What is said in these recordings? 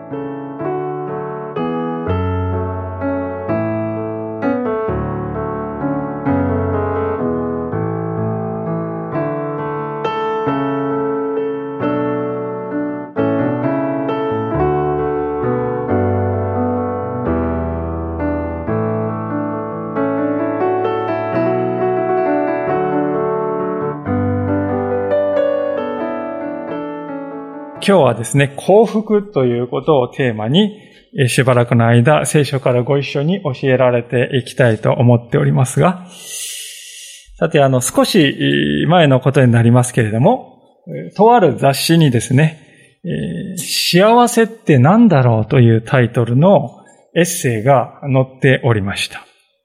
今日はですね、幸福ということをテーマに、しばらくの間、聖書からご一緒に教えられていきたいと思っておりますが、さて、少し前のことになりますけれども、とある雑誌にですね、幸せって何だろうというタイトルのエッセイが載っておりました。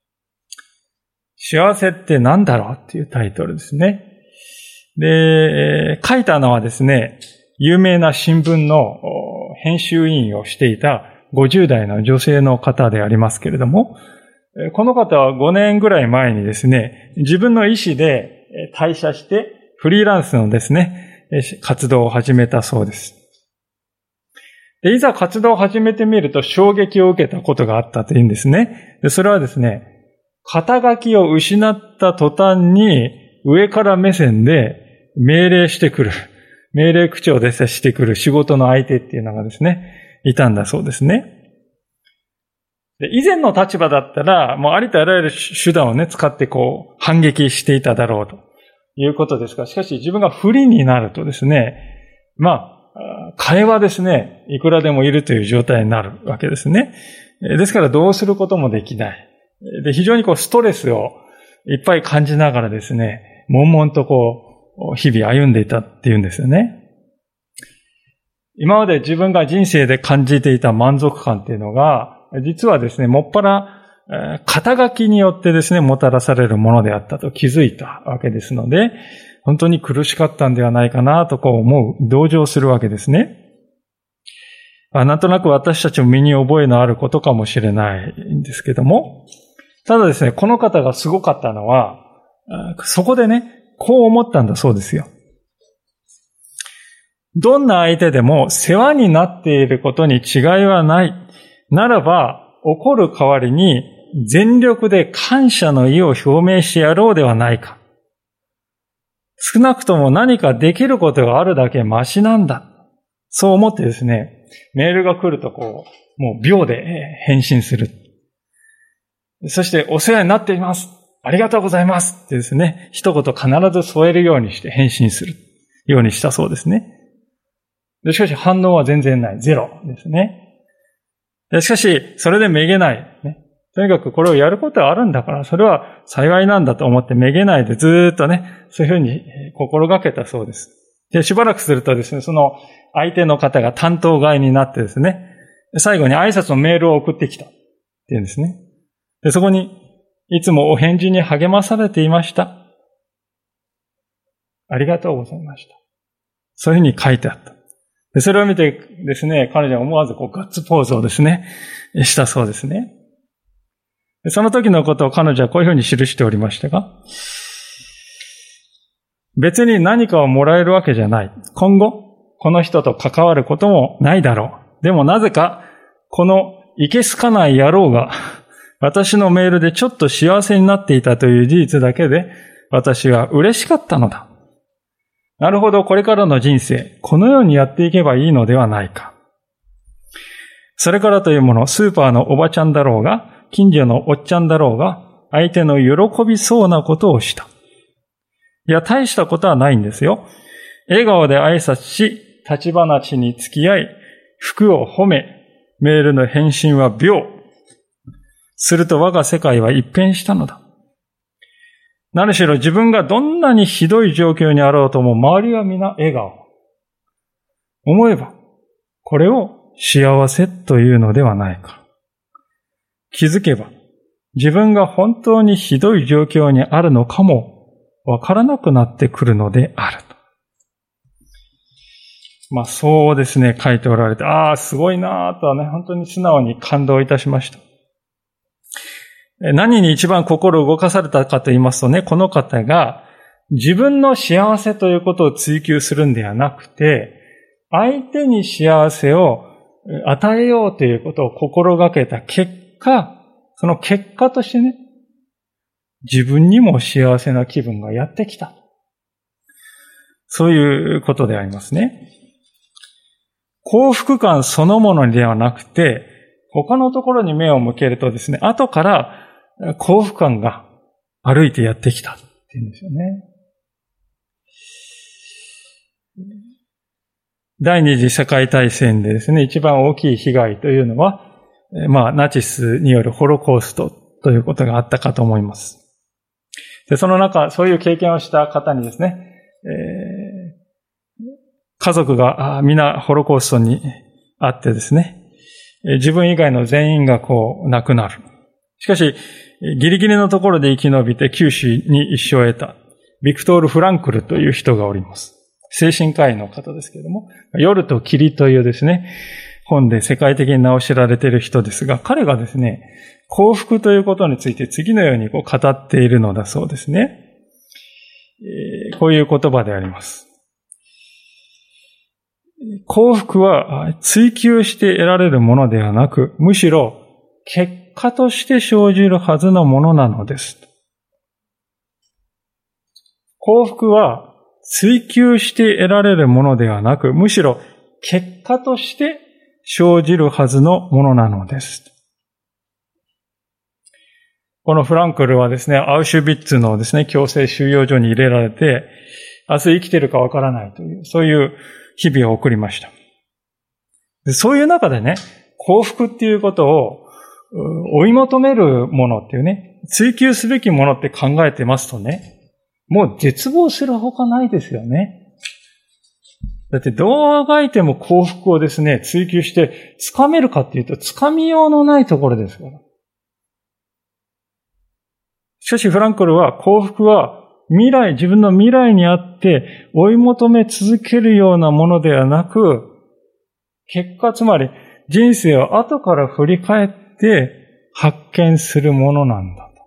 幸せって何だろうというタイトルですね。で、書いたのはですね、有名な新聞の編集委員をしていた50代の女性の方でありますけれども、この方は5年ぐらい前にですね、自分の意思で退社してフリーランスのですね、活動を始めたそうです。で、いざ活動を始めてみると衝撃を受けたことがあったというんですね。で、それはですね、肩書きを失った途端に上から目線で命令してくる。命令口調で接してくる仕事の相手っていうのがですね、いたんだそうですね。で、以前の立場だったら、もうありとあらゆる手段をね、使って反撃していただろうということですが、しかし自分が不利になるとですね、替えはですね、いくらでもいるという状態になるわけですね。ですからどうすることもできない。で、非常にストレスをいっぱい感じながらですね、悶々と日々歩んでいたっていうんですよね。今まで自分が人生で感じていた満足感っていうのが、実はですね、もっぱら肩書きによってですね、もたらされるものであったと気づいたわけですので、本当に苦しかったんではないかなと思う、同情するわけですね。なんとなく私たちも身に覚えのあることかもしれないんですけども、ただですね、この方がすごかったのは、そこでね、こう思ったんだそうですよ。どんな相手でも世話になっていることに違いはない。ならば、怒る代わりに全力で感謝の意を表明してやろうではないか。少なくとも何かできることがあるだけマシなんだ。そう思ってですね、メールが来るともう秒で返信する。そしてお世話になっています。ありがとうございますってですね、一言必ず添えるようにして返信するようにしたそうですね。でしかし反応は全然ない。ゼロですね。でしかし、それでめげない、ね。とにかくこれをやることはあるんだから、それは幸いなんだと思ってめげないでずーっとね、そういうふうに心がけたそうです。で、しばらくするとですね、その相手の方が担当外になってですね、最後に挨拶のメールを送ってきたっていうんですね。で、そこに、いつもお返事に励まされていました。ありがとうございました。そういうふうに書いてあった。で、それを見てですね、彼女は思わずガッツポーズをですね、したそうですね。でその時のことを彼女はこういうふうに記しておりましたが、別に何かをもらえるわけじゃない。今後、この人と関わることもないだろう。でもなぜか、このいけすかない野郎が、私のメールでちょっと幸せになっていたという事実だけで、私は嬉しかったのだ。なるほど、これからの人生、このようにやっていけばいいのではないか。それからというもの、スーパーのおばちゃんだろうが、近所のおっちゃんだろうが、相手の喜びそうなことをした。いや、大したことはないんですよ。笑顔で挨拶し、立ち話に付き合い、服を褒め、メールの返信は秒。すると我が世界は一変したのだ。何しろ自分がどんなにひどい状況にあろうとも周りは皆笑顔。思えば、これを幸せというのではないか。気づけば、自分が本当にひどい状況にあるのかもわからなくなってくるのであると。そうですね、書いておられて、すごいなぁとはね、本当に素直に感動いたしました。何に一番心を動かされたかと言いますとね、この方が自分の幸せということを追求するんではなくて、相手に幸せを与えようということを心がけた結果、その結果としてね、自分にも幸せな気分がやってきた。そういうことでありますね。幸福感そのものではなくて、他のところに目を向けるとですね、後から幸福感が歩いてやってきたっていうんですよね。第二次世界大戦でですね、一番大きい被害というのは、ナチスによるホロコーストということがあったかと思います。で、その中、そういう経験をした方にですね、家族が皆ホロコーストにあってですね、自分以外の全員が亡くなる。しかし、ギリギリのところで生き延びて九死に一生を得た、ビクトール・フランクルという人がおります。精神科医の方ですけれども、夜と霧というですね、本で世界的に名を知られている人ですが、彼がですね、幸福ということについて次のように語っているのだそうですね。こういう言葉であります。幸福は追求して得られるものではなく、むしろ結果として生じるはずのものなのです。幸福は追求して得られるものではなく、むしろ結果として生じるはずのものなのです。このフランクルはですね、アウシュビッツのですね、強制収容所に入れられて、明日生きてるかわからないという、そういう日々を送りました。で、そういう中でね、幸福っていうことを追い求めるものっていうね、追求すべきものって考えてますとね、もう絶望するほかないですよね。だってどうあがいても幸福をですね、追求して掴めるかっていうと掴みようのないところですから。しかしフランクルは幸福は自分の未来にあって追い求め続けるようなものではなく、結果つまり人生を後から振り返って発見するものなんだと。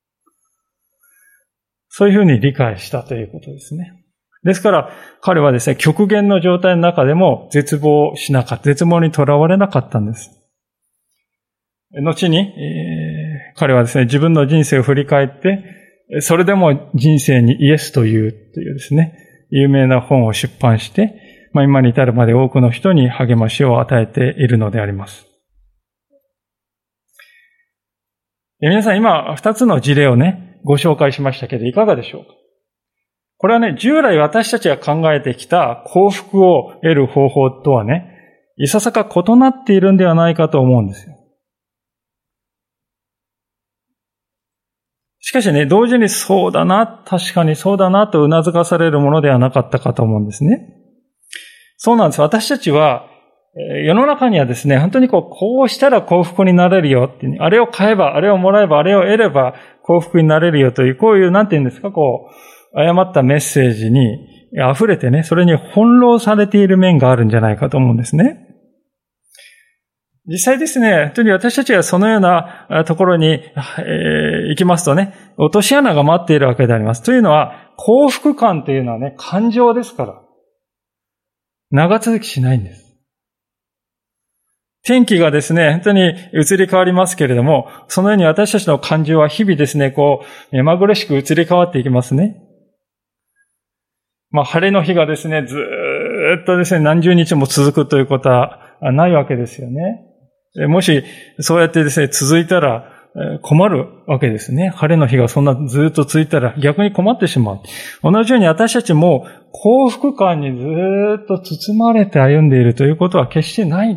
そういうふうに理解したということですね。ですから彼はですね、極限の状態の中でも絶望にとらわれなかったんです。後に、彼はですね、自分の人生を振り返って、それでも人生にイエスというですね、有名な本を出版して、今に至るまで多くの人に励ましを与えているのであります。皆さん今2つの事例をね、ご紹介しましたけどいかがでしょうか。これはね、従来私たちが考えてきた幸福を得る方法とはね、いささか異なっているんではないかと思うんですよ。しかしね、同時にそうだな、確かにそうだなと頷かされるものではなかったかと思うんですね。そうなんです。私たちは、世の中にはですね、本当にこうしたら幸福になれるよって、あれを買えば、あれをもらえば、あれを得れば幸福になれるよという、こういう、なんて言うんですか、誤ったメッセージに溢れてね、それに翻弄されている面があるんじゃないかと思うんですね。実際ですね、本当に私たちがそのようなところに、行きますとね、落とし穴が待っているわけであります。というのは、幸福感というのはね、感情ですから。長続きしないんです。天気がですね、本当に移り変わりますけれども、そのように私たちの感情は日々ですね、目まぐるしく移り変わっていきますね。晴れの日がですね、ずーっとですね、何十日も続くということはないわけですよね。もし、そうやってですね、続いたら困るわけですね。晴れの日がそんなずっと続いたら逆に困ってしまう。同じように私たちも幸福感にずっと包まれて歩んでいるということは決してない。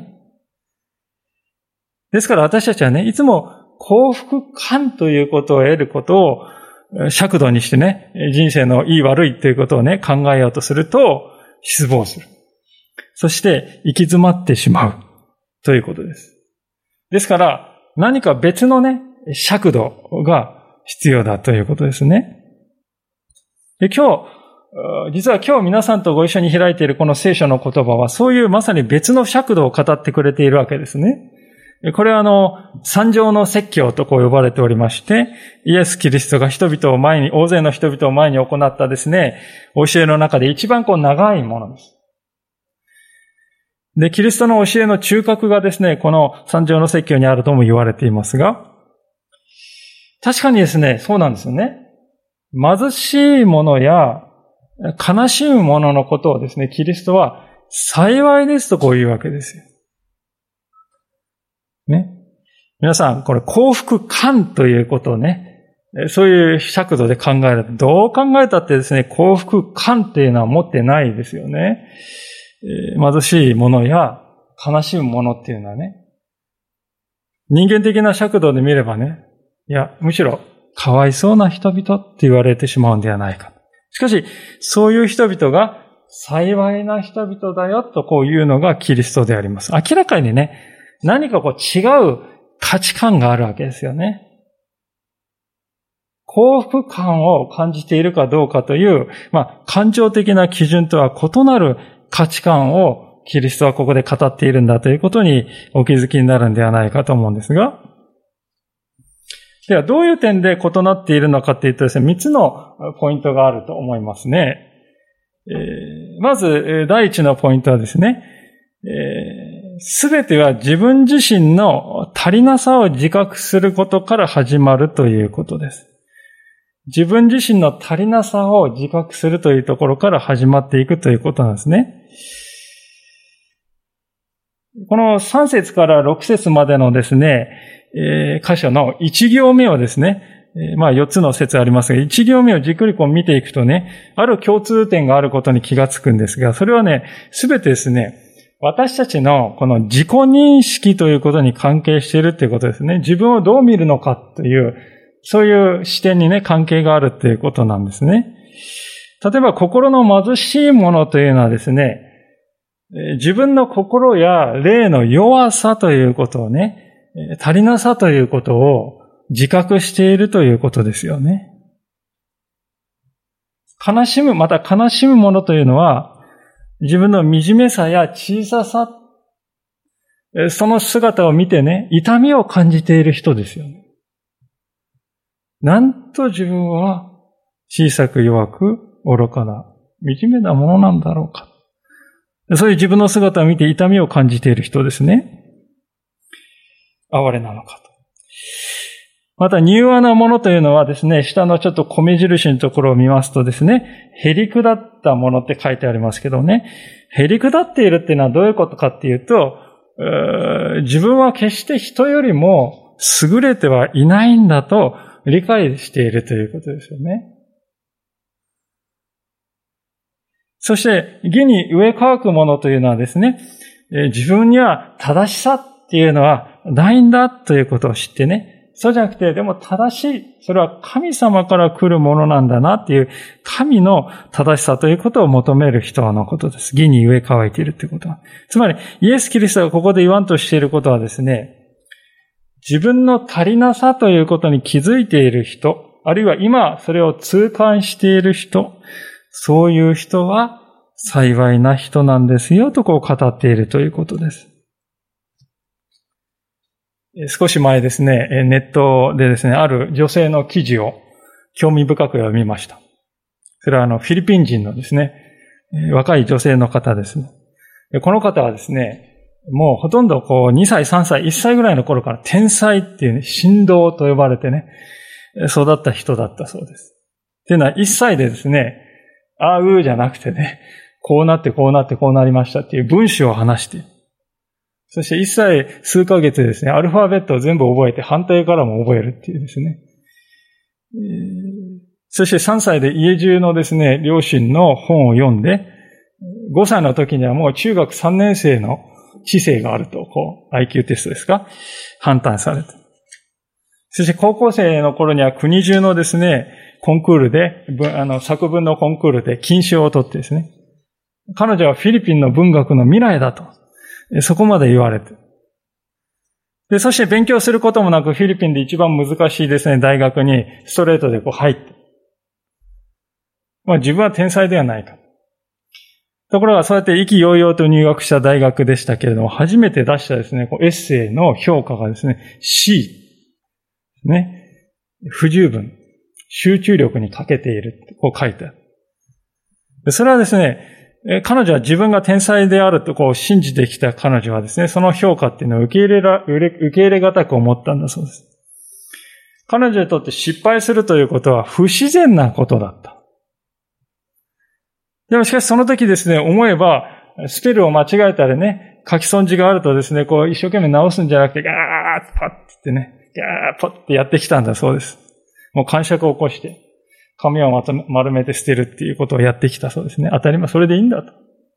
ですから私たちはね、いつも幸福感ということを得ることを尺度にしてね、人生のいい悪いということをね、考えようとすると失望する。そして行き詰まってしまうということです。ですから、何か別のね、尺度が必要だということですね。で、実は今日皆さんとご一緒に開いているこの聖書の言葉は、そういうまさに別の尺度を語ってくれているわけですね。これは三条の説教と呼ばれておりまして、イエス・キリストが大勢の人々を前に行ったですね、教えの中で一番長いものです。 で、キリストの教えの中核がですね、この三条の説教にあるとも言われていますが、確かにですね、そうなんですよね。貧しい者や悲しむ者のことをですね、キリストは幸いですとこう言うわけですよ。ね。皆さん、これ幸福感ということをね、そういう尺度で考えると、どう考えたってですね、幸福感っていうのは持ってないですよね。貧しい者や悲しむ者っていうのはね、人間的な尺度で見ればね、いや、むしろかわいそうな人々って言われてしまうんではないか。しかし、そういう人々が幸いな人々だよとこういうのがキリストであります。明らかにね、何かこう違う価値観があるわけですよね。幸福感を感じているかどうかという、感情的な基準とは異なる価値観をキリストはここで語っているんだということにお気づきになるんではないかと思うんですが、ではどういう点で異なっているのかというとですね、3つのポイントがあると思いますね。まず、第一のポイントはですね、すべては自分自身の足りなさを自覚することから始まるということです。自分自身の足りなさを自覚するというところから始まっていくということなんですね。この3節から6節までのですね、箇所の1行目をですね、4つの説ありますが、1行目をじっくり見ていくとね、ある共通点があることに気がつくんですが、それはね、すべてですね、私たちのこの自己認識ということに関係しているということですね。自分をどう見るのかという、そういう視点にね、関係があるということなんですね。例えば、心の貧しいものというのはですね、自分の心や霊の弱さということをね、足りなさということを自覚しているということですよね。また悲しむものというのは、自分の惨めさや小ささ、その姿を見てね、痛みを感じている人ですよね。なんと自分は小さく弱く愚かな、惨めなものなんだろうか。そういう自分の姿を見て痛みを感じている人ですね。哀れなのかと。また、柔和なものというのはですね、下のちょっと米印のところを見ますとですね、へりくだったものって書いてありますけどね、へりくだっているっていうのはどういうことかっていうと、自分は決して人よりも優れてはいないんだと理解しているということですよね。そして、義に上乾くものというのはですね、自分には正しさっていうのはないんだということを知ってね、そうじゃなくて、でも正しい、それは神様から来るものなんだなっていう、神の正しさということを求める人のことです。義に上乾いているということは。つまり、イエス・キリストがここで言わんとしていることはですね、自分の足りなさということに気づいている人、あるいは今それを痛感している人、そういう人は幸いな人なんですよと語っているということです。少し前ですね、ネットでですね、ある女性の記事を興味深く読みました。それはフィリピン人のですね、若い女性の方ですね。この方はですね、もうほとんど2歳、3歳、1歳ぐらいの頃から天才っていうね、神童と呼ばれてね、育った人だったそうです。っていうのは1歳でですね、あうじゃなくてね、こうなってこうなってこうなりましたっていう文章を話して、そして1歳数ヶ月でですね、アルファベットを全部覚えて反対からも覚えるっていうですね。そして3歳で家中のですね、両親の本を読んで、5歳の時にはもう中学3年生の知性があると、IQ テストですか、判断された。そして高校生の頃には国中のですね、コンクールで、作文のコンクールで金賞を取ってですね、彼女はフィリピンの文学の未来だと、そこまで言われて。で、そして勉強することもなく、フィリピンで一番難しいですね、大学にストレートで入って。自分は天才ではないか。ところが、そうやって意気揚々と入学した大学でしたけれども、初めて出したですね、エッセイの評価がですね、C。ね。不十分。集中力に欠けている。書いてある。それはですね、 彼女は自分が天才であると信じてきた彼女はですね、その評価っていうのを受け入れがたく思ったんだそうです。彼女にとって失敗するということは不自然なことだった。でもしかしその時ですね、思えば、スペルを間違えたりね、書き損じがあるとですね、一生懸命直すんじゃなくて、ガーッパッってね、ガーッパッってやってきたんだそうです。もう癇癪を起こして、紙を丸めて捨てるっていうことをやってきたそうですね。当たり前、それでいいんだと。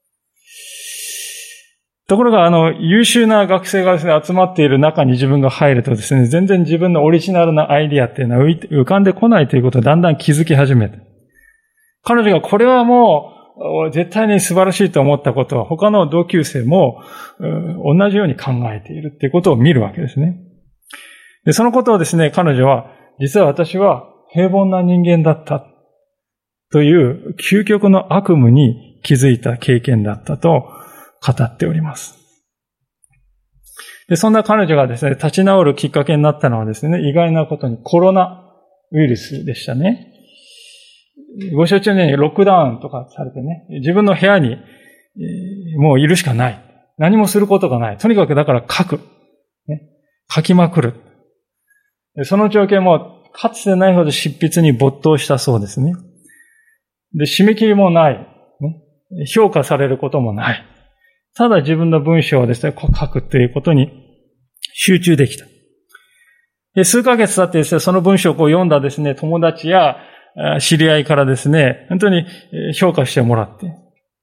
ところが、優秀な学生がですね、集まっている中に自分が入るとですね、全然自分のオリジナルなアイディアっていうのは浮かんでこないということをだんだん気づき始めた。彼女がこれはもう絶対に素晴らしいと思ったことは他の同級生も同じように考えているっていうことを見るわけですね。で、そのことをですね、彼女は、実は私は平凡な人間だったという究極の悪夢に気づいた経験だったと語っております。で、そんな彼女がですね、立ち直るきっかけになったのはですね、意外なことにコロナウイルスでしたね。ご承知のようにロックダウンとかされてね、自分の部屋にもういるしかない。何もすることがない。とにかくだから書く。書きまくる。その条件もかつてないほど執筆に没頭したそうですね。で、締め切りもない。評価されることもない。ただ自分の文章をですね、書くということに集中できた。で、数ヶ月経ってですね、その文章を読んだですね、友達や知り合いからですね、本当に評価してもらって、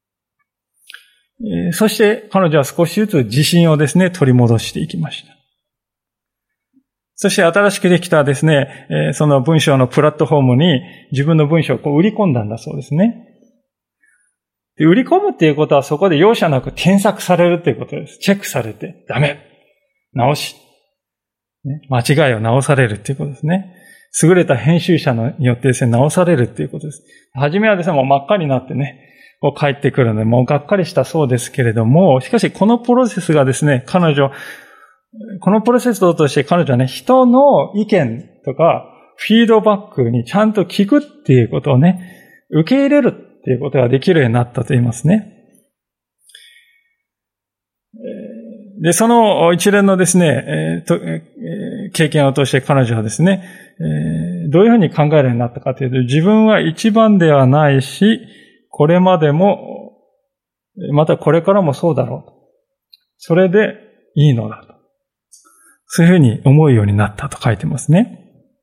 そして彼女は少しずつ自信をですね、取り戻していきました。そして新しくできたですね、その文章のプラットフォームに自分の文章を売り込んだんだそうですね。で、売り込むっていうことはそこで容赦なく添削されるっていうことです。チェックされて、ダメ。直し。間違いを直されるっていうことですね。優れた編集者によってですね、直されるっていうことです。はじめはですね、もう真っ赤になってね、帰ってくるので、もうがっかりしたそうですけれども、しかしこのプロセスがですね、このプロセスとして彼女はね、人の意見とか、フィードバックにちゃんと聞くっていうことをね、受け入れるっていうことができるようになったと言いますね。で、その一連のですね、経験を通して彼女はですね、どういうふうに考えるようになったかというと、自分は一番ではないし、これまでも、またこれからもそうだろうと。それでいいのだと。そういうふうに思うようになったと書いてますね。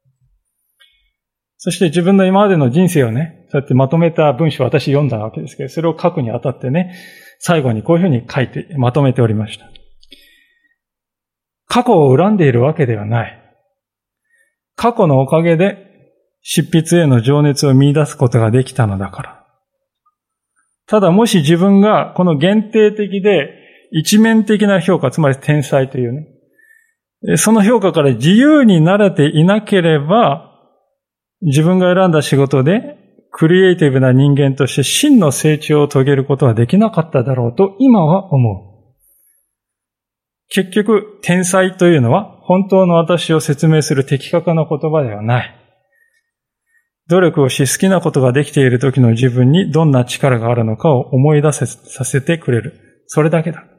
そして自分の今までの人生をね、そうやってまとめた文章を私読んだわけですけど、それを書くにあたってね、最後にこういうふうに書いて、まとめておりました。過去を恨んでいるわけではない。過去のおかげで執筆への情熱を見出すことができたのだから。ただもし自分がこの限定的で一面的な評価、つまり天才というね、その評価から自由になれていなければ、自分が選んだ仕事でクリエイティブな人間として真の成長を遂げることはできなかっただろうと今は思う。結局、天才というのは本当の私を説明する的確な言葉ではない。努力をし好きなことができている時の自分にどんな力があるのかを思い出させてくれる。それだけだ。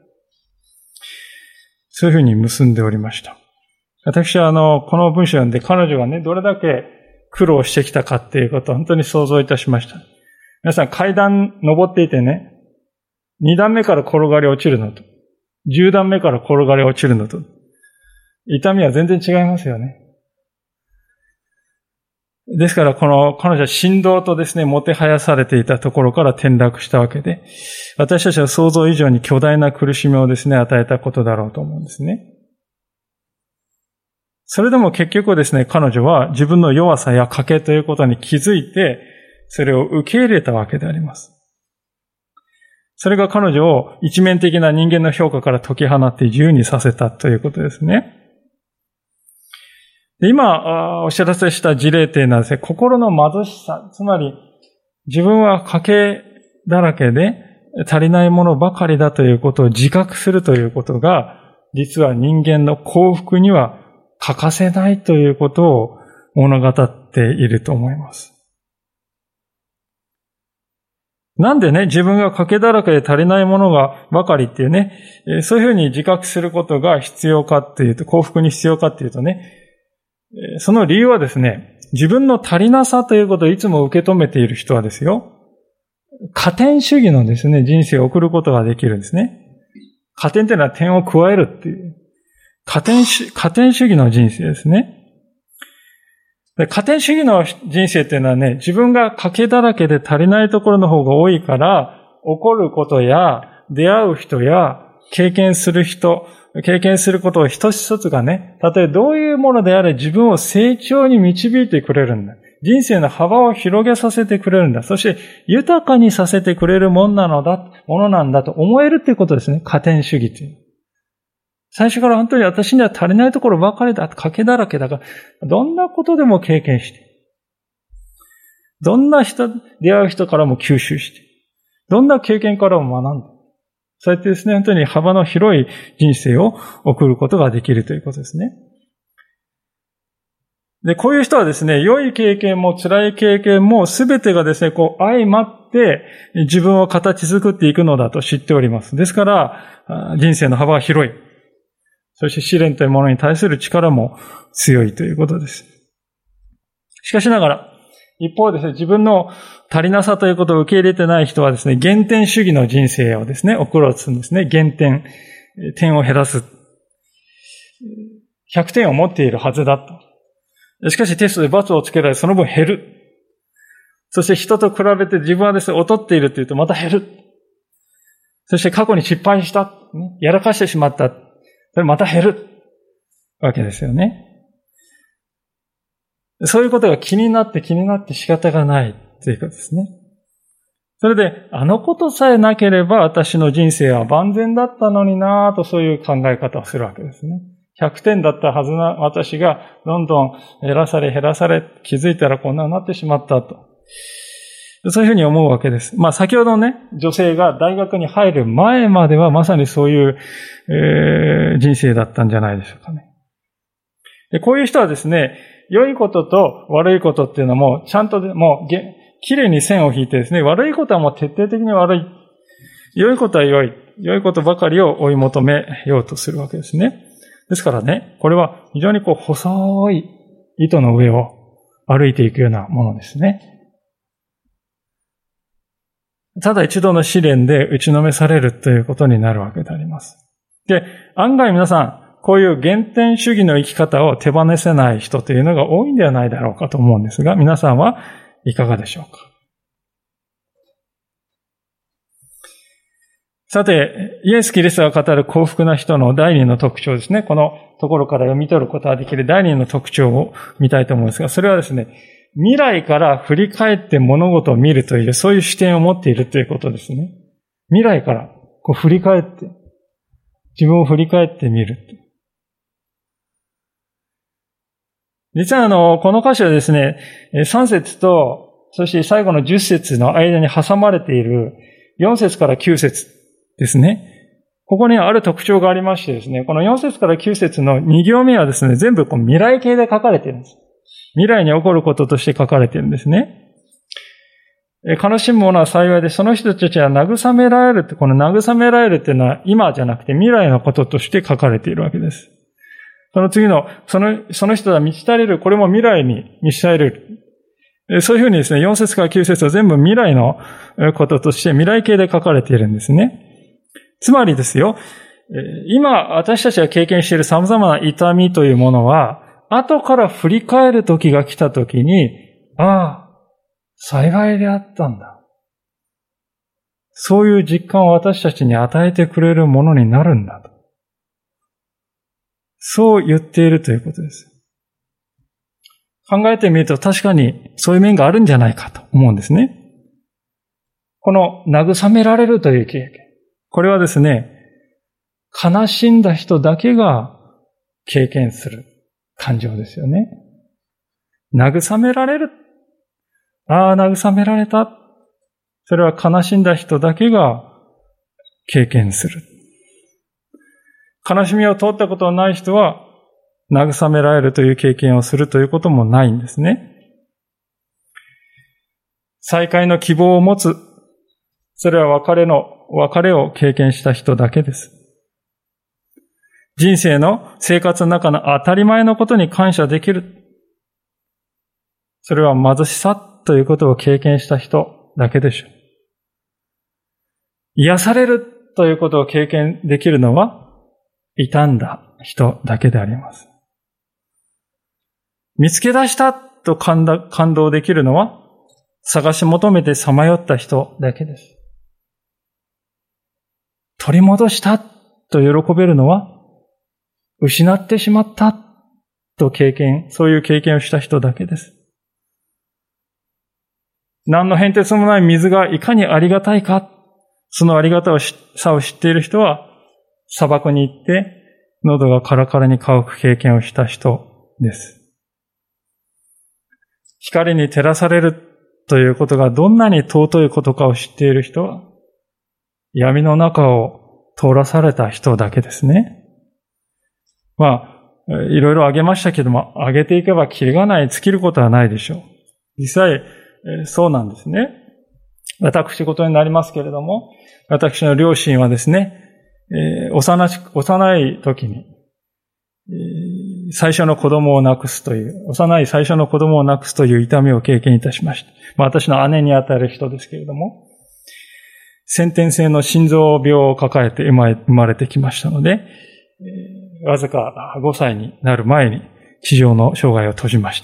そういうふうに結んでおりました。私はこの文章を読んで彼女がね、どれだけ苦労してきたかっていうことを本当に想像いたしました。皆さん階段登っていてね、2段目から転がり落ちるのと、10段目から転がり落ちるのと、痛みは全然違いますよね。ですから彼女は振動とですね、もてはやされていたところから転落したわけで、私たちは想像以上に巨大な苦しみをですね、与えたことだろうと思うんですね。それでも結局ですね、彼女は自分の弱さや欠けということに気づいて、それを受け入れたわけであります。それが彼女を一面的な人間の評価から解き放って自由にさせたということですね。で今、お知らせした事例というのはですね、心の貧しさ、つまり自分は欠けだらけで足りないものばかりだということを自覚するということが、実は人間の幸福には欠かせないということを物語っていると思います。 なんでね、自分が賭けだらけで足りないものがばかりっていうね、そういうふうに自覚することが必要かっていうと、幸福に必要かっていうとね、その理由はですね、自分の足りなさということをいつも受け止めている人はですよ、加点主義のですね、人生を送ることができるんですね。加点というのは点を加えるっていう、加点主義の人生ですね。で、加点主義の人生っていうのはね、自分が賭けだらけで足りないところの方が多いから、起こることや、出会う人や、経験することを一つ一つがね、たとえどういうものであれ自分を成長に導いてくれるんだ。人生の幅を広げさせてくれるんだ。そして豊かにさせてくれるものなんだと思えるっていうことですね。加点主義っていう。最初から本当に私には足りないところばかりだ。賭けだらけだから、どんなことでも経験して、どんな出会う人からも吸収して、どんな経験からも学んだ。そうやってですね、本当に幅の広い人生を送ることができるということですね。で、こういう人はですね、良い経験も辛い経験も全てがですね、相まって自分を形作っていくのだと知っております。ですから、人生の幅は広い。そして試練というものに対する力も強いということです。しかしながら、一方ですね、自分の足りなさということを受け入れてない人はですね、減点主義の人生をですね、送ろうとするんですね。減点、点を減らす。100点を持っているはずだと。しかしテストで罰をつけられ、その分減る。そして人と比べて自分はですね、劣っているというとまた減る。そして過去に失敗した。やらかしてしまった。それまた減る。わけですよね。そういうことが気になって仕方がないということですね。それで、あのことさえなければ私の人生は万全だったのになぁとそういう考え方をするわけですね。100点だったはずな私がどんどん減らされ気づいたらこんなになってしまったと。そういうふうに思うわけです。先ほどね、女性が大学に入る前まではまさにそういう、人生だったんじゃないでしょうかね。で、こういう人はですね、良いことと悪いことっていうのもちゃんときれいに線を引いてですね、悪いことはもう徹底的に悪い。良いことは良いことばかりを追い求めようとするわけですね。ですからね、これは非常に細い糸の上を歩いていくようなものですね。ただ一度の試練で打ちのめされるということになるわけであります。で、案外皆さん、こういう減点主義の生き方を手放せない人というのが多いんではないだろうかと思うんですが、皆さんはいかがでしょうか。さて、イエス・キリストが語る幸福な人の第二の特徴ですね。このところから読み取ることができる第二の特徴を見たいと思うんですが、それはですね、未来から振り返って物事を見るという、そういう視点を持っているということですね。未来から振り返って、自分を振り返ってみる。実はこの箇所はですね、3節と、そして最後の10節の間に挟まれている4節から9節ですね。ここにはある特徴がありましてですね、この4節から9節の2行目はですね、全部未来形で書かれているんです。未来に起こることとして書かれているんですね。悲しむ者は幸いで、その人たちは慰められるって、この慰められるっていうのは今じゃなくて未来のこととして書かれているわけです。その次の、その人は満ち足りる、これも未来に満ち足りる。そういうふうにですね、4節から9節は全部未来のこととして未来形で書かれているんですね。つまりですよ、今私たちが経験している様々な痛みというものは、後から振り返る時が来た時に、幸いであったんだ。そういう実感を私たちに与えてくれるものになるんだと。そう言っているということです。考えてみると確かにそういう面があるんじゃないかと思うんですね。この慰められるという経験。これはですね、悲しんだ人だけが経験する感情ですよね。慰められる。慰められた。それは悲しんだ人だけが経験する。悲しみを通ったことのない人は、慰められるという経験をするということもないんですね。再会の希望を持つそれは別れを経験した人だけです。人生の生活の中の当たり前のことに感謝できる。それは貧しさということを経験した人だけでしょう。癒されるということを経験できるのは、傷んだ人だけであります。見つけ出したと感動できるのは、探し求めてさまよった人だけです。取り戻したと喜べるのは、失ってしまったとそういう経験をした人だけです。何の変哲もない水がいかにありがたいか、そのありがたさを知っている人は、砂漠に行って、喉がカラカラに乾く経験をした人です。光に照らされるということがどんなに尊いことかを知っている人は、闇の中を通らされた人だけですね。いろいろ挙げましたけども、挙げていけばキリがない、尽きることはないでしょう。実際、そうなんですね。私事になりますけれども、私の両親はですね、幼い時に、最初の子供を亡くすという、幼い最初の子供を亡くすという痛みを経験いたしました。私の姉にあたる人ですけれども、先天性の心臓病を抱えて生まれてきましたので、わずか5歳になる前に地上の生涯を閉じました。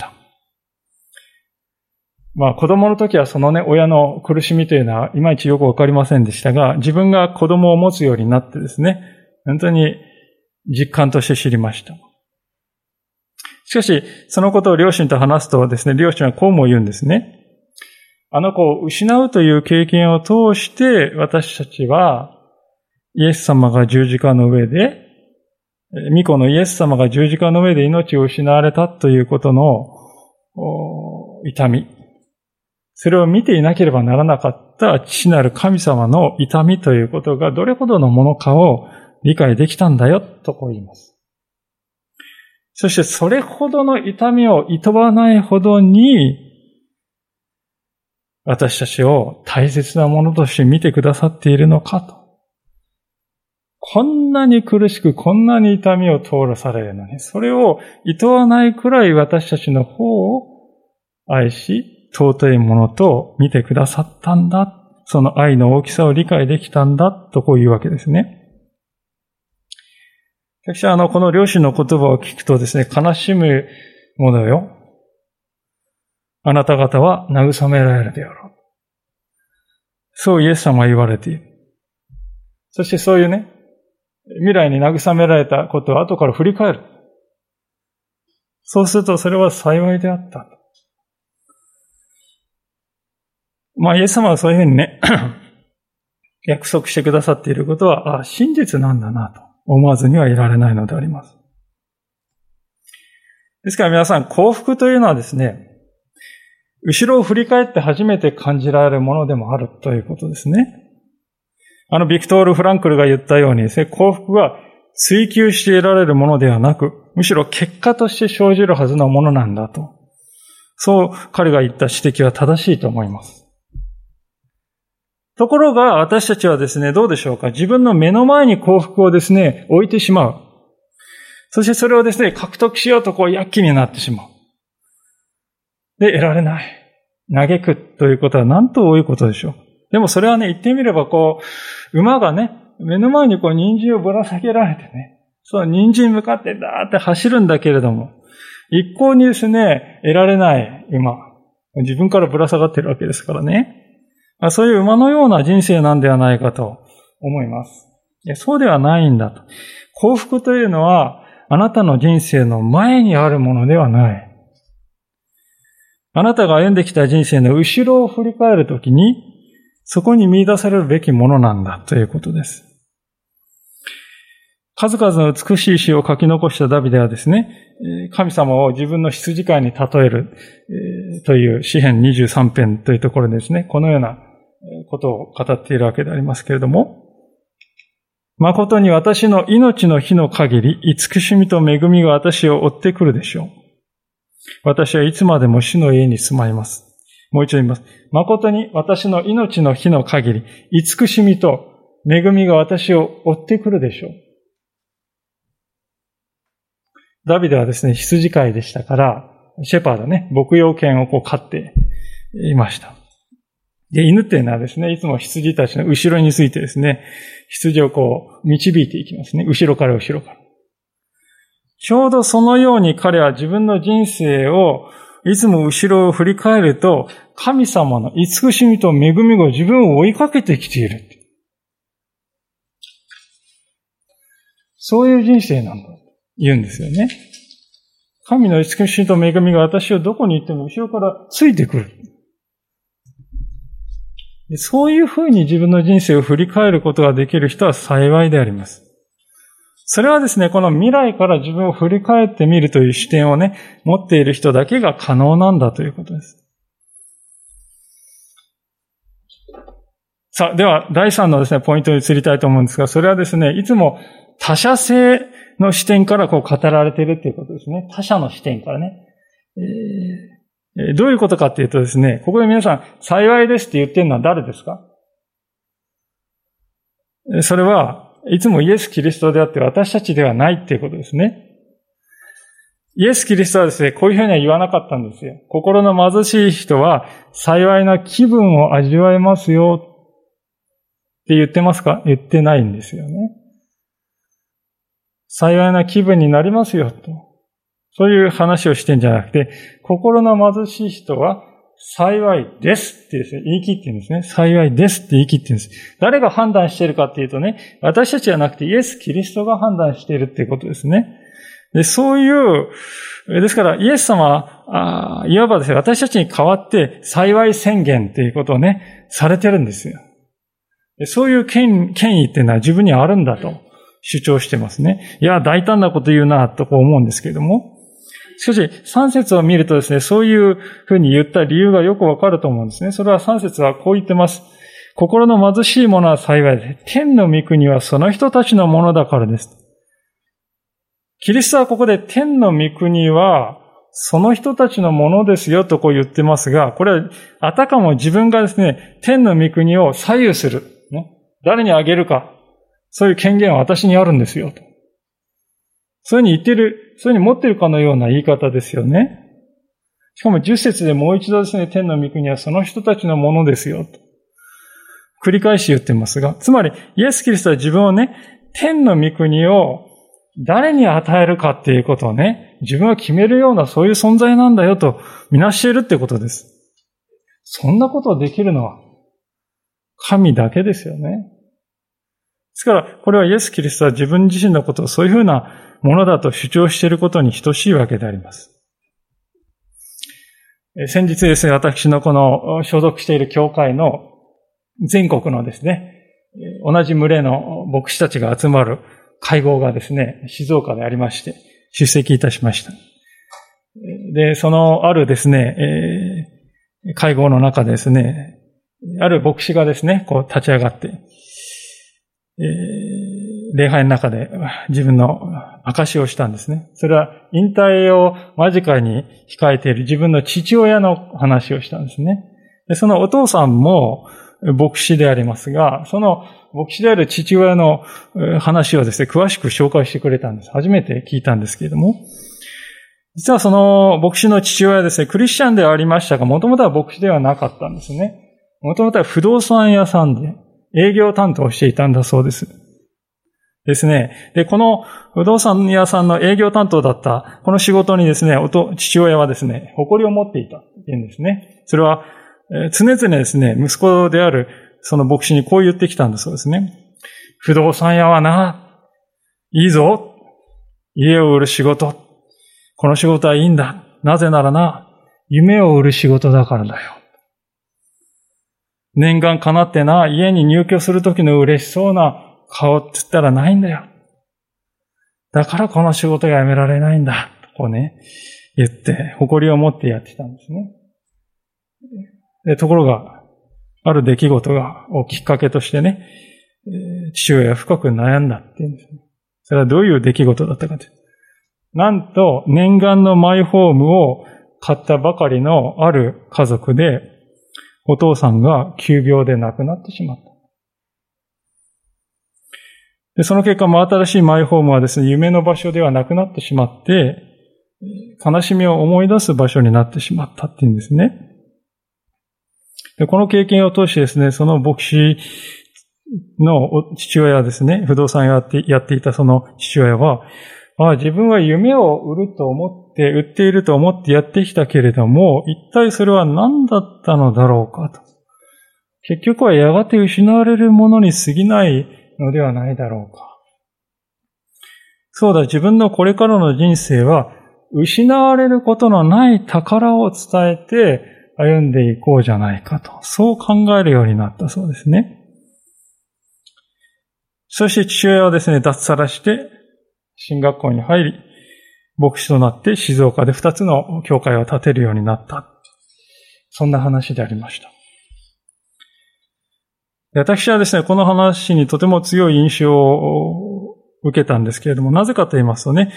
子供の時はそのね、親の苦しみというのはいまいちよくわかりませんでしたが、自分が子供を持つようになってですね、本当に実感として知りました。しかし、そのことを両親と話すとですね、両親はこうも言うんですね。あの子を失うという経験を通して、私たちはイエス様が十字架の上で、御子のイエス様が十字架の上で命を失われたということの痛み、それを見ていなければならなかった父なる神様の痛みということがどれほどのものかを理解できたんだよとこう言います。そしてそれほどの痛みをいとわないほどに私たちを大切なものとして見てくださっているのかと。こんなに苦しくこんなに痛みを通らされるのに、それをいとわないくらい私たちの方を愛し、尊いものと見てくださったんだ。その愛の大きさを理解できたんだとこういうわけですね。私はこの両親の言葉を聞くとですね、悲しむものよ。あなた方は慰められるであろう。そうイエス様は言われている。そしてそういうね、未来に慰められたことを後から振り返る。そうするとそれは幸いであった。イエス様はそういうふうにね、約束してくださっていることは、真実なんだなと思わずにはいられないのであります。ですから皆さん、幸福というのはですね、後ろを振り返って初めて感じられるものでもあるということですね。ビクトール・フランクルが言ったようにですね、幸福は追求して得られるものではなく、むしろ結果として生じるはずのものなんだと。そう彼が言った指摘は正しいと思います。ところが私たちはですね、どうでしょうか。自分の目の前に幸福をですね、置いてしまう。そしてそれをですね、獲得しようと躍起になってしまう。で、得られない。嘆くということはなんと多いことでしょう。でもそれはね、言ってみれば馬がね、目の前に人参をぶら下げられてね、その人参に向かってダーって走るんだけれども、一向にですね、得られない馬。自分からぶら下がってるわけですからね。そういう馬のような人生なんではないかと思います。そうではないんだと。幸福というのは、あなたの人生の前にあるものではない。あなたが歩んできた人生の後ろを振り返るときに、そこに見出されるべきものなんだということです。数々の美しい詩を書き残したダビデはですね、神様を自分の羊飼いに例えるという詩編23編というところでですね、このようなことを語っているわけでありますけれども、誠に私の命の日の限り、慈しみと恵みが私を追ってくるでしょう。私はいつまでも主の家に住まいます。 もう一度言います。誠に私の命の日の限り、慈しみと恵みが私を追ってくるでしょう。ダビデはですね、羊飼いでしたから、シェパードね、牧羊犬を飼っていました。で、犬っていうのはですね、いつも羊たちの後ろについてですね、羊を導いていきますね。後ろから後ろから。ちょうどそのように彼は自分の人生をいつも後ろを振り返ると、神様の慈しみと恵みが自分を追いかけてきている。そういう人生なんだと言うんですよね。神の慈しみと恵みが私をどこに行っても後ろからついてくる。そういうふうに自分の人生を振り返ることができる人は幸いであります。それはですね、この未来から自分を振り返ってみるという視点をね、持っている人だけが可能なんだということです。さあ、では、第3のですね、ポイントに移りたいと思うんですが、それはですね、いつも他者性の視点から語られているということですね。他者の視点からね。どういうことかっていうとですね、ここで皆さん、幸いですって言ってるのは誰ですか？それはいつもイエス・キリストであって私たちではないっていうことですね。イエス・キリストはですね、こういうふうには言わなかったんですよ。心の貧しい人は幸いな気分を味わえますよって言ってますか？言ってないんですよね。幸いな気分になりますよと。そういう話をしてんじゃなくて、心の貧しい人は幸いですってですね、言い切ってるんですね。幸いですって言い切ってるんです。誰が判断しているかっていうとね、私たちじゃなくてイエス・キリストが判断しているっていうことですね。で、そういう、ですからイエス様は、いわばですね、私たちに代わって幸い宣言っていうことをね、されてるんですよ。でそういう権威っていうのは自分にあるんだと主張してますね。いや、大胆なこと言うなと思うんですけれども、しかし、3節を見るとですね、そういうふうに言った理由がよくわかると思うんですね。それは3節はこう言ってます。心の貧しい者は幸いです。天の御国はその人たちのものだからです。キリストはここで天の御国はその人たちのものですよと言ってますが、これはあたかも自分がですね、天の御国を左右する。ね、誰にあげるか。そういう権限は私にあるんですよと。そういうふうに言ってる、そういうふうに持ってるかのような言い方ですよね。しかも10節でもう一度ですね、天の御国はその人たちのものですよと。繰り返し言ってますが、つまりイエス・キリストは自分をね、天の御国を誰に与えるかっていうことをね、自分は決めるようなそういう存在なんだよとみなしているってことです。そんなことをできるのは神だけですよね。ですから、これはイエス・キリストは自分自身のことをそういうふうなものだと主張していることに等しいわけであります。先日ですね、私のこの所属している教会の全国のですね、同じ群れの牧師たちが集まる会合がですね、静岡でありまして、出席いたしました。で、そのあるですね、会合の中でですね、ある牧師がですね、立ち上がって、礼拝の中で自分の証しをしたんですね。それは引退を間近に控えている自分の父親の話をしたんですね。でそのお父さんも牧師でありますが、その牧師である父親の話をですね、詳しく紹介してくれたんです。初めて聞いたんですけれども、実はその牧師の父親はですね、クリスチャンではありましたが、もともとは牧師ではなかったんですね。もともとは不動産屋さんで営業担当をしていたんだそうです。ですね。で、この不動産屋さんの営業担当だったこの仕事にですね、父親はですね、誇りを持っていたっていうんですね。それは常々ですね、息子であるその牧師にこう言ってきたんだそうですね。不動産屋はな、いいぞ。家を売る仕事。この仕事はいいんだ。なぜならな、夢を売る仕事だからだよ。念願叶ってな、家に入居するときの嬉しそうな顔って言ったらないんだよ。だからこの仕事がやめられないんだ。こうね、言って、誇りを持ってやってたんですね。でところが、ある出来事をきっかけとしてね、父親は深く悩んだって言うんですね。それはどういう出来事だったかというと、なんと念願のマイホームを買ったばかりのある家族で、 お父さんが急病で亡くなってしまった。で、その結果、新しいマイホームはですね、夢の場所ではなくなってしまって、悲しみを思い出す場所になってしまったっていうんですね。で、この経験を通してですね、その牧師の父親はですね、不動産やっていたその父親は、自分は夢を売っていると思ってやってきたけれども、一体それは何だったのだろうかと。結局はやがて失われるものに過ぎないのではないだろうか。そうだ、自分のこれからの人生は、失われることのない宝を伝えて歩んでいこうじゃないかと。そう考えるようになったそうですね。そして父親はですね、脱サラして、進学校に入り、牧師となって静岡で2つの教会を建てるようになった。そんな話でありました。私はですね、この話にとても強い印象を受けたんですけれども、なぜかと言いますとね、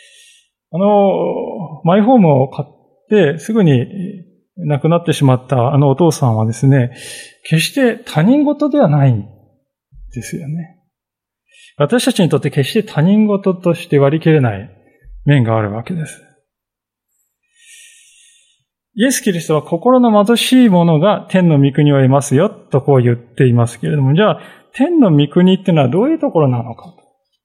マイホームを買ってすぐに亡くなってしまったお父さんはですね、決して他人事ではないんですよね。私たちにとって決して他人事として割り切れない面があるわけです。イエス・キリストは心の貧しい者が天の御国を得ますよとこう言っていますけれども、じゃあ天の御国っていうのはどういうところなのか。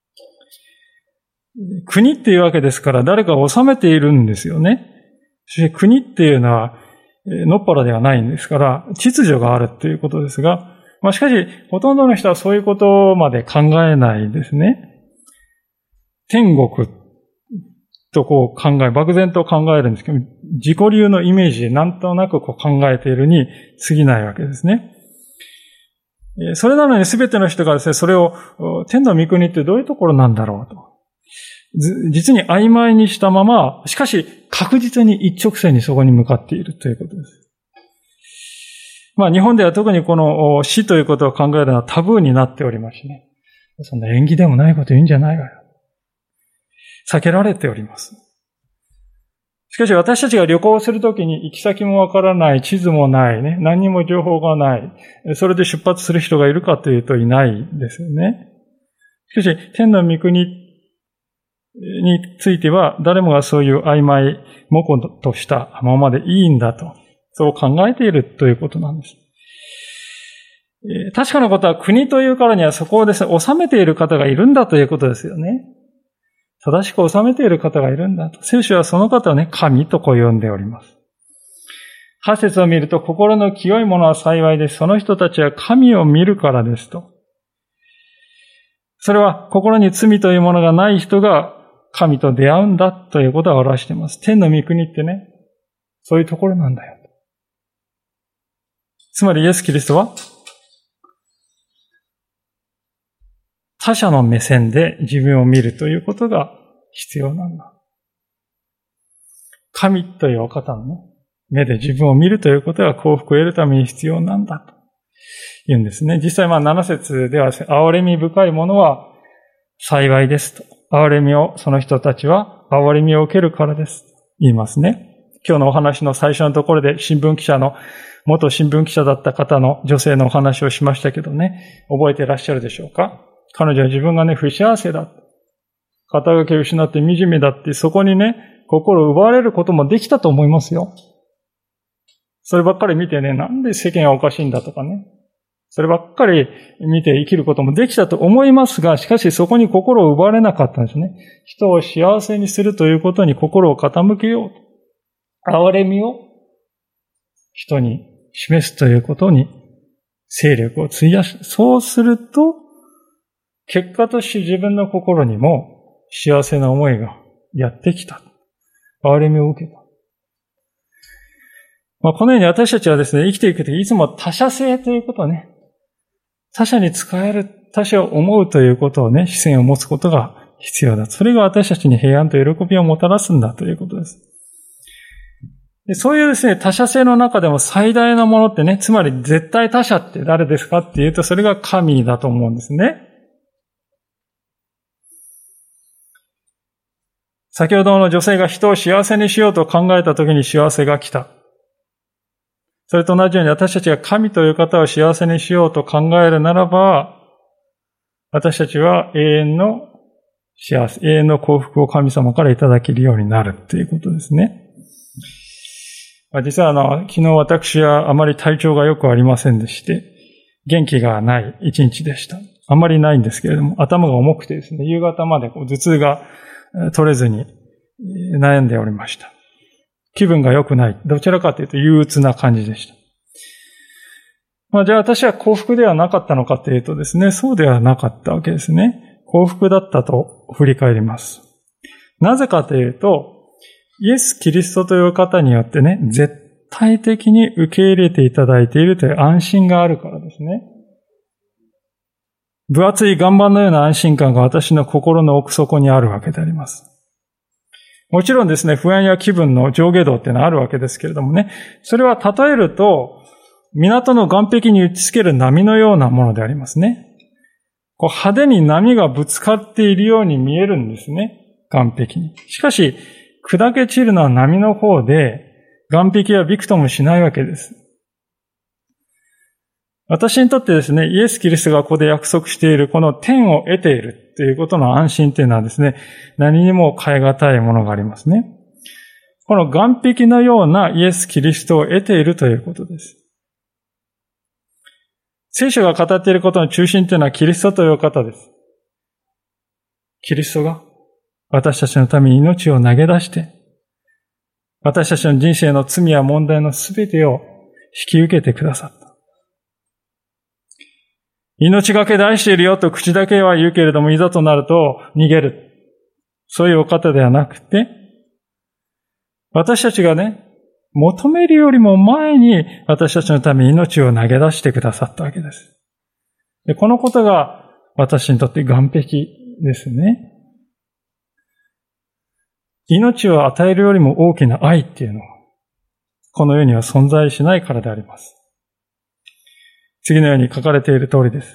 国っていうわけですから誰かが治めているんですよね。そして国っていうのはのっぱらではないんですから秩序があるっていうことですが、しかしほとんどの人はそういうことまで考えないですね。天国と漠然と考えるんですけど、自己流のイメージでなんとなく考えているに過ぎないわけですね。それなのに全ての人がですね、それを天の御国ってどういうところなんだろうと。実に曖昧にしたまま、しかし確実に一直線にそこに向かっているということです。日本では特にこの死ということを考えるのはタブーになっておりますね。そんな縁起でもないこと言うんじゃないわよ。避けられております。しかし私たちが旅行するときに行き先もわからない、地図もないね、何にも情報がない、それで出発する人がいるかというといないですよね。しかし天の御国については誰もがそういう曖昧、模糊としたままでいいんだと、そう考えているということなんです。確かなことは国というからにはそこをですね、治めている方がいるんだということですよね。正しく治めている方がいるんだと。聖書はその方をね、神と呼んでおります。8節を見ると、心の清い者は幸いです。その人たちは神を見るからですと。それは心に罪というものがない人が神と出会うんだということを表しています。天の御国ってね、そういうところなんだよ。つまりイエス・キリストは他者の目線で自分を見るということが必要なんだ。神というお方の、目で自分を見るということが幸福を得るために必要なんだと言うんですね。実際7節では、憐れみ深いものは幸いですと。憐れみを、その人たちは憐れみを受けるからですと言いますね。今日のお話の最初のところで元新聞記者だった方の女性のお話をしましたけどね、覚えていらっしゃるでしょうか？彼女は自分がね、不幸せだ。肩書きを失って惨めだって、そこにね、心を奪われることもできたと思いますよ。そればっかり見てね、なんで世間はおかしいんだとかね。そればっかり見て生きることもできたと思いますが、しかしそこに心を奪われなかったんですね。人を幸せにするということに心を傾けようと。憐れみを人に示すということに精力を費やす。そうすると、結果として自分の心にも幸せな思いがやってきた。憐れみを受けた。このように私たちはですね、生きていくときいつも他者性ということをね、他者に使える、他者を思うということをね、視線を持つことが必要だ。それが私たちに平安と喜びをもたらすんだということです。で、そういうですね、他者性の中でも最大のものってね、つまり絶対他者って誰ですかっていうと、それが神だと思うんですね。先ほどの女性が人を幸せにしようと考えたときに幸せが来た。 それと同じように私たちが神という方を幸せにしようと考えるならば、私たちは永遠の幸せ、永遠の幸福を神様からいただけるようになるということですね。実は昨日私はあまり体調が良くありませんでして、元気がない一日でした。あまりないんですけれども、頭が重くてですね、夕方まで頭痛が取れずに悩んでおりました。気分が良くない。どちらかというと憂鬱な感じでした。じゃあ私は幸福ではなかったのかというとですね、そうではなかったわけですね。幸福だったと振り返ります。なぜかというと、イエス・キリストという方によってね、絶対的に受け入れていただいているという安心があるからですね。分厚い岩盤のような安心感が私の心の奥底にあるわけであります。もちろんですね、不安や気分の上下動っていうのはあるわけですけれどもね、それは例えると、港の岸壁に打ちつける波のようなものでありますね。派手に波がぶつかっているように見えるんですね、岸壁に。しかし、砕け散るのは波の方で、岸壁はびくともしないわけです。私にとってですね、イエス・キリストがここで約束しているこの天を得ているということの安心というのはですね、何にも変え難いものがありますね。この岸壁のようなイエス・キリストを得ているということです。聖書が語っていることの中心というのはキリストという方です。キリストが私たちのために命を投げ出して、私たちの人生の罪や問題のすべてを引き受けてくださった。命がけで愛しているよと口だけは言うけれども、いざとなると逃げる。そういうお方ではなくて、私たちがね、求めるよりも前に私たちのために命を投げ出してくださったわけです。で、このことが私にとって岸壁ですね。命を与えるよりも大きな愛っていうのは、この世には存在しないからであります。次のように書かれている通りです。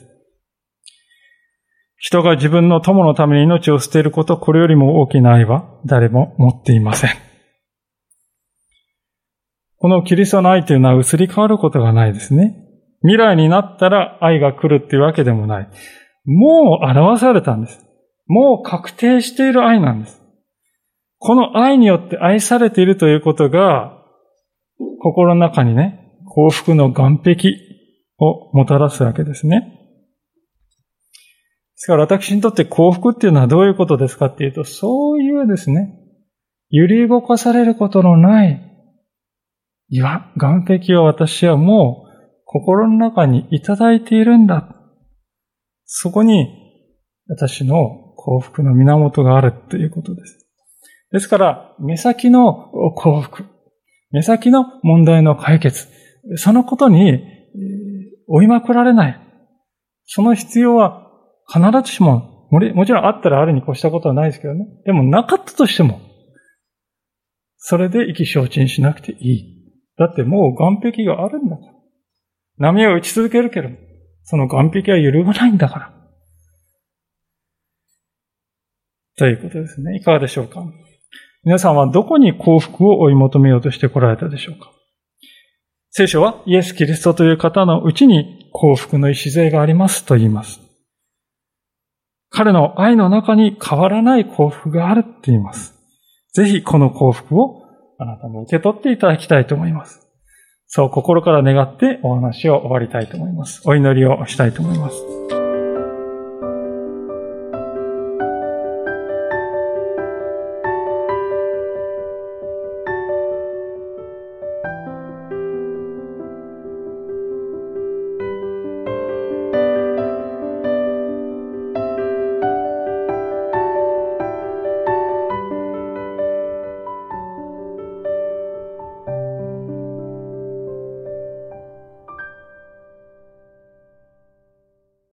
人が自分の友のために命を捨てること、これよりも大きな愛は誰も持っていません。このキリストの愛というのは移り変わることがないですね。未来になったら愛が来るっていうわけでもない。もう表されたんです。もう確定している愛なんです。この愛によって愛されているということが、心の中にね、幸福の岸壁をもたらすわけですね。ですから私にとって幸福っていうのはどういうことですかっていうと、そういうですね、揺り動かされることのない岸壁を私はもう心の中にいただいているんだ。そこに私の幸福の源があるということです。ですから、目先の幸福、目先の問題の解決、そのことに追いまくられない。その必要は必ずしも、もちろんあったらあるに越したことはないですけどね。でもなかったとしても、それで意気消沈しなくていい。だってもう岸壁があるんだから。波は打ち続けるけど、その岸壁は揺るがないんだから。ということですね。いかがでしょうか。皆さんはどこに幸福を追い求めようとしてこられたでしょうか。聖書はイエス・キリストという方のうちに幸福の礎がありますと言います。彼の愛の中に変わらない幸福があるって言います。ぜひこの幸福をあなたも受け取っていただきたいと思います。そう心から願ってお話を終わりたいと思います。お祈りをしたいと思います。